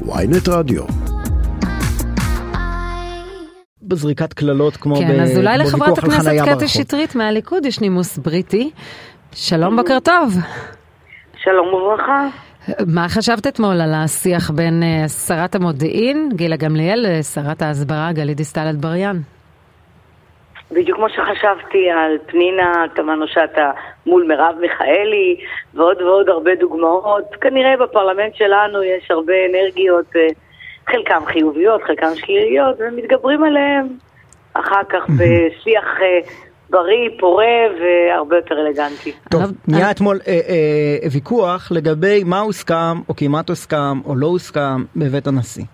ynet רדיו. בזריקת כללות כמו כן, אז אולי לחברת הכנסת קטי שטרית מהליכוד יש נימוס בריטי. שלום, בוקר טוב. שלום וברכה. מה חשבת אתמול על השיח בין שרת המודיעין, גילה גמליאל, לשרת ההסברה, גלית דיסטל אטבריאן? בדיוק כמו שחשבתי על פנינה תמנו שטה מול מרב מיכאלי, ועוד ועוד הרבה דוגמאות. כנראה בפרלמנט שלנו יש הרבה אנרגיות, חלקם חיוביות, חלקם שליליות, ומתגברים עליהם אחר כך בשיח בריא, פורה והרבה יותר אלגנטי. טוב, נהיה אתמול ויכוח לגבי מה הוסכם או כמעט הוסכם או לא הוסכם בבית הנשיא.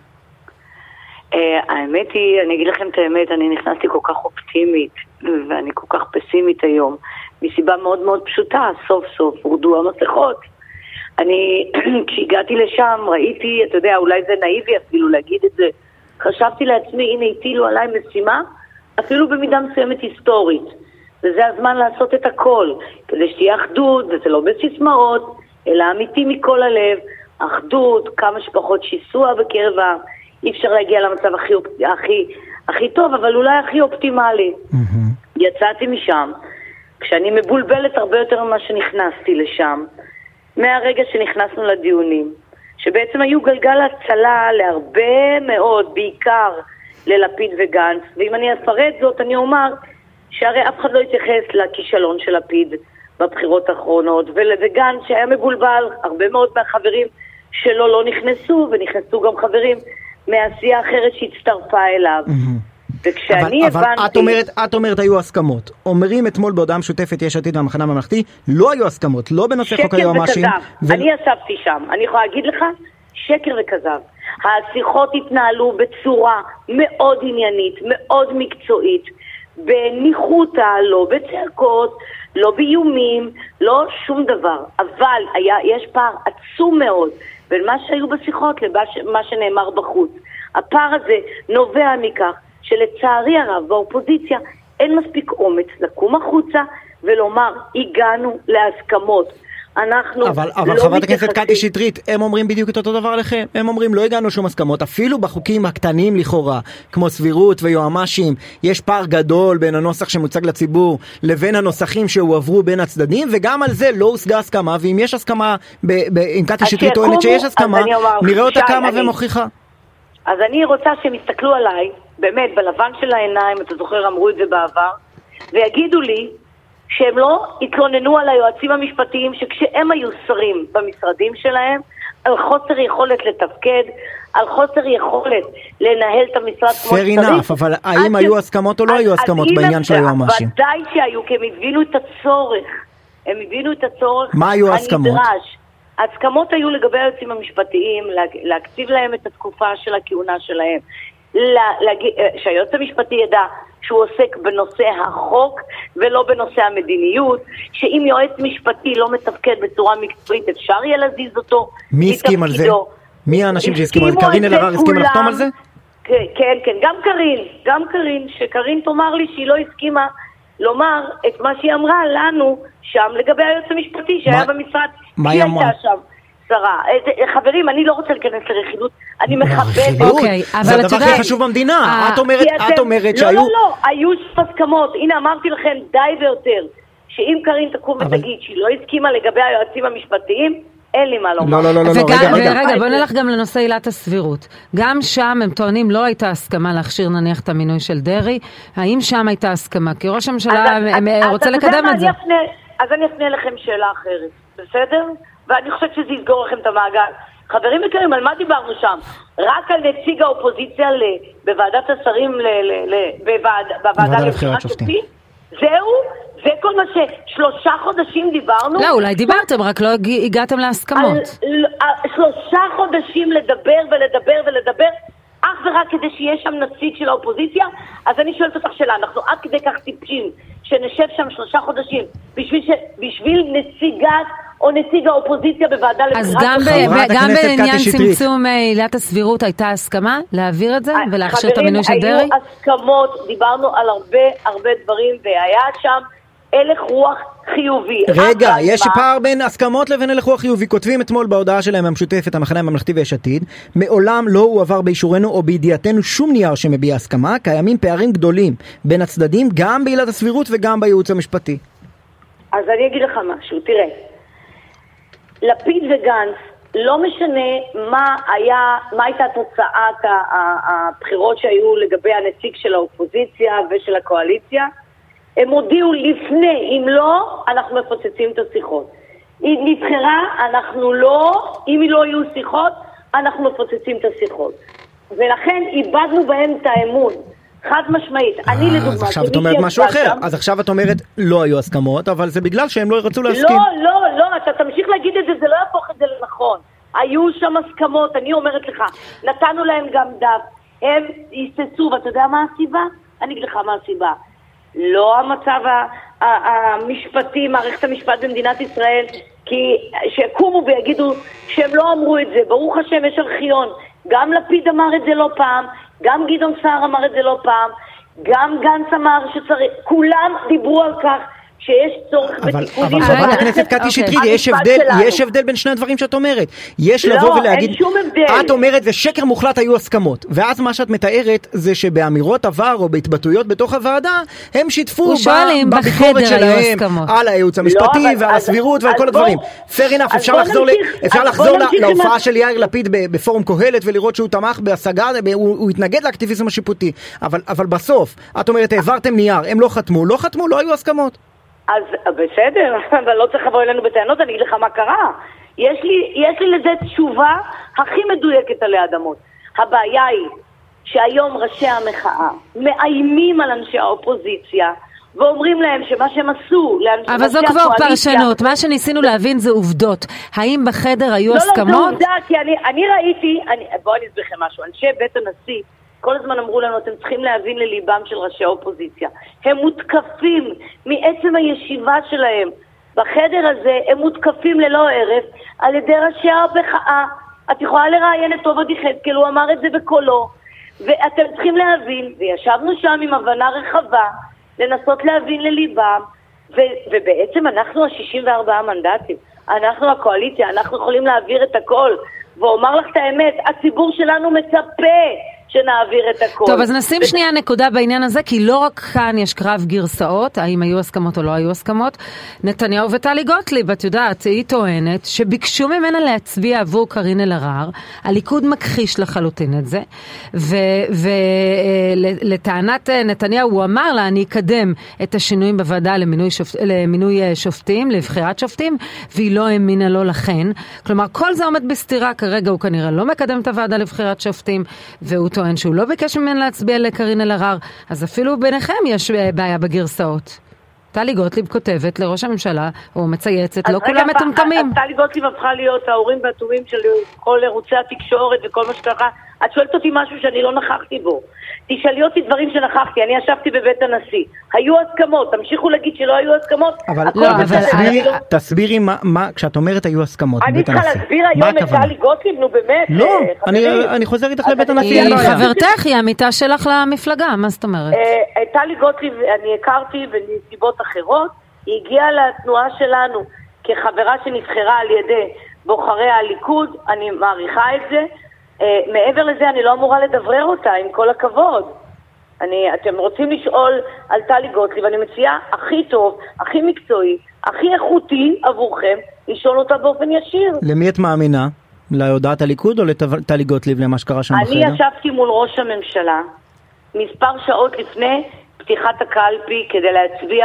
האמת היא, אני אגיד לכם את האמת, אני נכנסתי כל כך אופטימית ואני כל כך פסימית היום, מסיבה מאוד מאוד פשוטה, סוף סוף הורדו המסכות. אני, כשהגעתי לשם, ראיתי, אתה יודע, אולי זה נאיבי אפילו להגיד את זה, חשבתי לעצמי, הנה הטילו עליי משימה, אפילו במידה מסוימת היסטורית, וזה הזמן לעשות את הכל, כדי שתהיה אחדות, וזה לא בסיסמאות, אלא אמיתי מכל הלב, אחדות, כמה שפחות שיסוע בקרב העם, אי אפשר להגיע למצב הכי טוב, אבל אולי הכי אופטימלי. יצאתי משם, כשאני מבולבלת הרבה יותר ממה שנכנסתי לשם, מהרגע שנכנסנו לדיונים, שבעצם היו גלגל הצלה להרבה מאוד, בעיקר ללפיד וגנץ, ואם אני אפרט זאת, אני אומר שהרי אף אחד לא יתייחס לכישלון של לפיד בבחירות האחרונות, וגנץ שהיה מבולבל, הרבה מאוד מהחברים שלו לא נכנסו, ונכנסו גם חברים מהעשייה אחרת שהצטרפה אליו. וכשאני הבנתי... אבל את אומרת היו הסכמות. אומרים אתמול בהודעה משותפת יש עתיד והמחנה הממלכתי, לא היו הסכמות, לא בנושא חוק היועמ"שים. שקר וכזב. אני ישבתי שם. אני יכולה להגיד לך, שקר וכזב. השיחות התנהלו בצורה מאוד עניינית, מאוד מקצועית, בניחותה, לא בצעקות, לא באיומים, לא שום דבר. אבל יש פער עצום מאוד בין מה שהיו בשיחות למה שנאמר בחוץ. הפער הזה נובע מכך שלצערי הרב באופוזיציה אין מספיק אומץ לקום החוצה ולומר הגענו להסכמות. אבל חברת הכנסת קטי שטרית, הם אומרים בדיוק את אותו דבר עליכם. הם אומרים לא הגענו שום הסכמות, אפילו בחוקים הקטנים לכאורה, כמו סבירות ויועמ"שים, יש פער גדול בין הנוסח שמוצג לציבור לבין הנוסחים שהועברו בין הצדדים, וגם על זה לא הושגה הסכמה, ואם יש הסכמה, אם קטי שטרית טוענת שיש הסכמה, נראה אותה כמה ומוכיחה. אז אני רוצה שהם יסתכלו עליי, באמת, בלבן של העיניים, אתה זוכר, אמרו את זה בעבר, ויגידו לי שהם לא התלוננו על היועצים המשפטיים, שכשהם היו שרים במשרדים שלהם, על חוסר יכולת לתפקד, על חוסר יכולת לנהל את המשרד כמו שצריך. Fair enough, אבל האם היו הסכמות או לא היו הסכמות בעניין של היועמ"שים? ודאי שהיו, כי הם הבינו את הצורך. הם הבינו את הצורך הנדרש. מה היו ההסכמות? ההסכמות היו לגבי היועצים המשפטיים, להקציב להם את התקופה של הכהונה שלהם, שהיועץ המשפטי ידע שהוא עוסק בנושא החוק ולא בנושא המדיניות, שאם יועץ משפטי לא מתפקד בצורה מקצועית אפשר יהיה להזיז אותו. מי הסכים על זה? מי האנשים שהסכימו על זה? קרין אלהרר הסכימה לחתום על זה? כן, כן, גם קרין, שקרין תאמר לי שהיא לא הסכימה לומר את מה שהיא אמרה לנו שם לגבי היועץ המשפטי שהיה במשרד. מה היא אמרה? חברים, אני לא רוצה להיכנס לרכילות, אני מכבדת. זה הדבר הכי חשוב במדינה. את אומרת שהיו... לא, היו הסכמות. הנה אמרתי לכם די ויותר, שאם קרין תקום ותגיד שהיא לא הסכימה לגבי היועצים המשפטיים, אין לי מה לומר. לא, רגע, בוא נלך גם לנושא עילת הסבירות. גם שם הם טוענים לא הייתה הסכמה להכשיר נניח את המינוי של דרי. האם שם הייתה הסכמה? כי ראש הממשלה רוצה לקדם את זה. אז אני אפנה לכם שאלה אחרת, בסדר? ואני חושבת שזה יסגור לכם את המעגל. חברים יקרים, על מה דיברנו שם? רק על נציג האופוזיציה בוועדת השרים, בוועדה לבחירת שופטים? זהו? זה כל מה ש3 חודשים דיברנו? לא, אולי דיברתם, רק לא הגעתם להסכמות. 3 חודשים לדבר, אך ורק כדי שיש שם נציג של האופוזיציה. אז אני שואלת אותך שאלה, אנחנו עד כדי כך טיפשים שנשב שם 3 חודשים בשביל נציגת או נציג האופוזיציה בוועדה לבחירת שופטים. אז גם בעניין צמצום עילת הסבירות הייתה הסכמה להעביר את זה ולהכשיר את המינוי של דרי? היו הסכמות, דיברנו על הרבה דברים, והיה שם הלך רוח חיובי. רגע, יש פער בין הסכמות לבין הלך רוח חיובי. כותבים אתמול בהודעה שלהם המשותפת, המחנה הממלכתי ויש עתיד, מעולם לא הועבר באישורנו או בידיעתנו שום נייר שמביע הסכמה, קיימים פערים גדולים בין הצדדים, גם בעילת הסבירות וגם בייעוץ המשפטי. אז אני אגיד לך משהו, תראה. לפיד וגנץ, לא משנה מה הייתה תוצאת הבחירות שהיו לגבי הנציג של האופוזיציה ושל הקואליציה, הם הודיעו לפני, אם לא, אנחנו מפוצצים את השיחות. היא נבחרה, אנחנו לא, אם לא יהיו שיחות, אנחנו מפוצצים את השיחות. ולכן איבדנו בהם את האמון. חד משמעית. אני לדוגמה... אז עכשיו את אומרת משהו אחר. אז עכשיו את אומרת לא היו הסכמות, אבל זה בגלל שהם לא רצו להסכים. לא, אתה תמשיך להגיד את זה, זה לא יהפוך את זה לנכון. היו שם הסכמות, אני אומרת לך, נתנו להם גם דף, הם יססו, ואתה יודע מה הסיבה? אני אגיד לך מה הסיבה. לא המצב המשפטי, מערכת המשפט במדינת ישראל, כי שיקומו ויגידו שהם לא אמרו את זה, ברוך השם יש ארכיון, גם לפיד אמר את זה לא פעם, גם גדעון סער אמר את זה לא פעם, גם גנץ אמר שצריך, כולם דיברו על כך שיש צורך בתיקונים. אבל חברת הכנסת קטי שטרית, יש הבדל בין שני הדברים שאת אומרת. יש לבוא ולהגיד, אין שום הבדל. את אומרת זה שקר מוחלט היו הסכמות, ואז מה שאת מתארת זה שבאמירות עבר או בהתבטאויות בתוך הוועדה, הם שיתפו בביקורת שלהם על הייעוץ המשפטי ועל הסבירות ועל כל הדברים. Fair enough, אפשר לחזור להופעה של יאיר לפיד בפורום קהלת ולראות שהוא תמך בהשגה, הוא התנגד לאקטיביזם השיפוטי, אבל בסוף, את אומרת העברתם נייר, הם לא חתמו, לא היו הסכמות. אז בסדר, אבל לא צריך לבוא אלינו בטענות, אני אגיד לך מה קרה. יש לי לזה תשובה הכי מדויקת עלי אדמות. הבעיה היא שהיום ראשי המחאה מאיימים על אנשי האופוזיציה, ואומרים להם שמה שהם עשו לאנשי אבל זו כבר פרשנות, מה שניסינו להבין זה עובדות. האם בחדר היו הסכמות? לא, זה עובדה, כי אני ראיתי, בואו אני אסביר לכם משהו, אנשי בית הנשיא, כל הזמן אמרו לנו, אתם צריכים להבין לליבם של ראשי האופוזיציה. הם מותקפים מעצם הישיבה שלהם. בחדר הזה הם מותקפים ללא ערב על ידי ראשי המחאה. את יכולה לראיין את טובה יחזקאל, הוא אמר את זה בקולו. ואתם צריכים להבין, וישבנו שם עם הבנה רחבה, לנסות להבין לליבם, ובעצם אנחנו ה-64 מנדטים. אנחנו הקואליציה, אנחנו יכולים להעביר את הכל. ואומר לך את האמת, הציבור שלנו מצפה שנעביר את הכל. טוב, אז נשים שנייה נקודה בעניין הזה, כי לא רק כאן יש קרב גרסאות, האם היו הסכמות או לא היו הסכמות. נתניהו וטלי גוטליב, את יודעת, היא טוענת שביקשו ממנה להצביע עבור קארין אלהרר, הליכוד מכחיש לחלוטין את זה, ולטענת נתניהו הוא אמר לה, אני אקדם את השינויים בוועדה למינוי שופטים, לבחירת שופטים, והיא לא האמינה לו לכן. כלומר, כל זה עומד בסתירה, כרגע הוא כנראה לא מקדם את הוועדה לבחירת שופטים, והוא טוען שהוא לא ביקש ממנו להצביע לקארין אלהרר, אז אפילו ביניכם יש בעיה בגרסאות. טלי גוטליב כותבת לראש הממשלה, או מצייצת, לא כולם מטומטמים. טלי גוטליב הפכה להיות ההורים והטובים של כל ערוצי התקשורת וכל מה שככה. את שואלת אותי משהו שאני לא נכחתי בו. תשאלי אותי דברים שנכחתי, אני ישבתי בבית הנשיא. היו הסכמות, תמשיכו להגיד שלא היו הסכמות. אבל תסבירי מה, כשאת אומרת היו הסכמות בבית הנשיא. אני צריכה להסביר היום את טלי גוטליב, נו באמת. לא, אני חוזר איתך לבית הנשיא. היא חברתך, היא עמיתה שלך למפלגה, מה זאת אומרת? טלי גוטליב, אני הכרתי בנסיבות אחרות, היא הגיעה לתנועה שלנו כחברה שנבחרה על ידי בוחרי הליכוד, אני מעריכה את זה. מעבר לזה אני לא אמורה לדברר אותה, עם כל הכבוד. אתם רוצים לשאול על טלי גוטליב, אני מציעה הכי טוב, הכי מקצועי, הכי איכותי עבורכם, לשאול אותה באופן ישיר. למי את מאמינה? להודעת הליכוד או לטלי גוטליב למה שקרה שם בחדר? אני ישבתי מול ראש הממשלה מספר שעות לפני פתיחת הקלפי כדי להצביע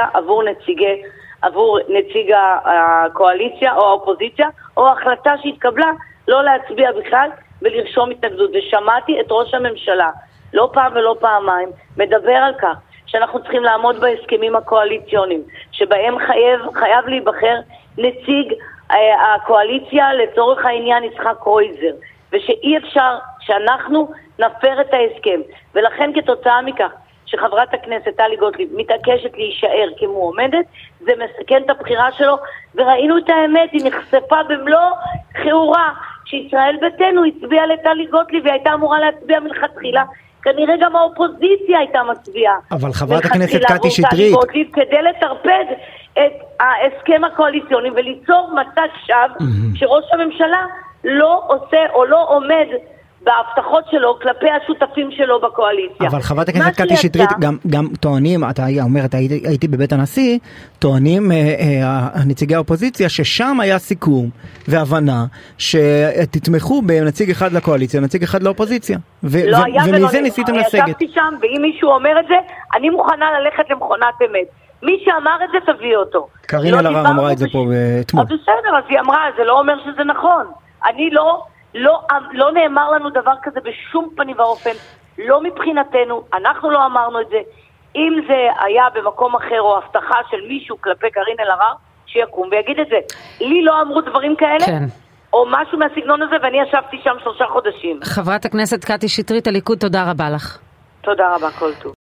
עבור נציג הקואליציה או האופוזיציה, או ההחלטה שהתקבלה לא להצביע בכלל ולרשום התנגדות. ושמעתי את ראש הממשלה לא פעם ולא פעמיים מדבר על כך שאנחנו צריכים לעמוד בהסכמים הקואליציוניים, שבהם חייב להיבחר נציג הקואליציה לצורך העניין יצחק קרויזר, ושאי אפשר שאנחנו נפר את ההסכם. ולכן כתוצאה מכך שחברת הכנסת טלי גוטליב מתעקשת להישאר כמועמדת, זה מסכן את הבחירה שלו, וראינו את האמת, היא נחשפה במלוא חיורה, שישראל ביתנו הצביעה לטלי גוטליב, והיא הייתה אמורה להצביע מלכתחילה כנראה גם האופוזיציה הייתה מצביעה. אבל חברת הכנסת קטי שטרית, כדי לטרפד את ההסכם הקואליציוני וליצור מצג שווא שראש הממשלה לא עושה או לא עומד בהבטחות שלו כלפי השותפים שלו בקואליציה. אבל חברת הכנסת קטי שטרית גם טוענים, אתה אומרת, הייתי בבית הנשיא, טוענים נציגי האופוזיציה ששם היה סיכום והבנה שתתמכו בנציג אחד לקואליציה, נציג אחד לאופוזיציה. ומזה ניסיתם לסגת. ישבתי שם, ואם מישהו אומר את זה, אני מוכנה ללכת למכונת אמת. מי שאמר את זה תביא אותו. קרין אלהרר אמרה את זה פה אתמול. אז בסדר, אז היא אמרה, זה לא אומר שזה נכון. אני לא נאמר לנו דבר כזה בשום פנים ואופן, לא מבחינתנו, אנחנו לא אמרנו את זה. אם זה היה במקום אחר או הבטחה של מישהו כלפי קרין אלהרר, שיקום ויגיד את זה. לי לא אמרו דברים כאלה, כן. או משהו מהסגנון הזה, ואני ישבתי שם 3 חודשים. חברת הכנסת קטי שטרית, הליכוד, תודה רבה לך. תודה רבה, כל טוב.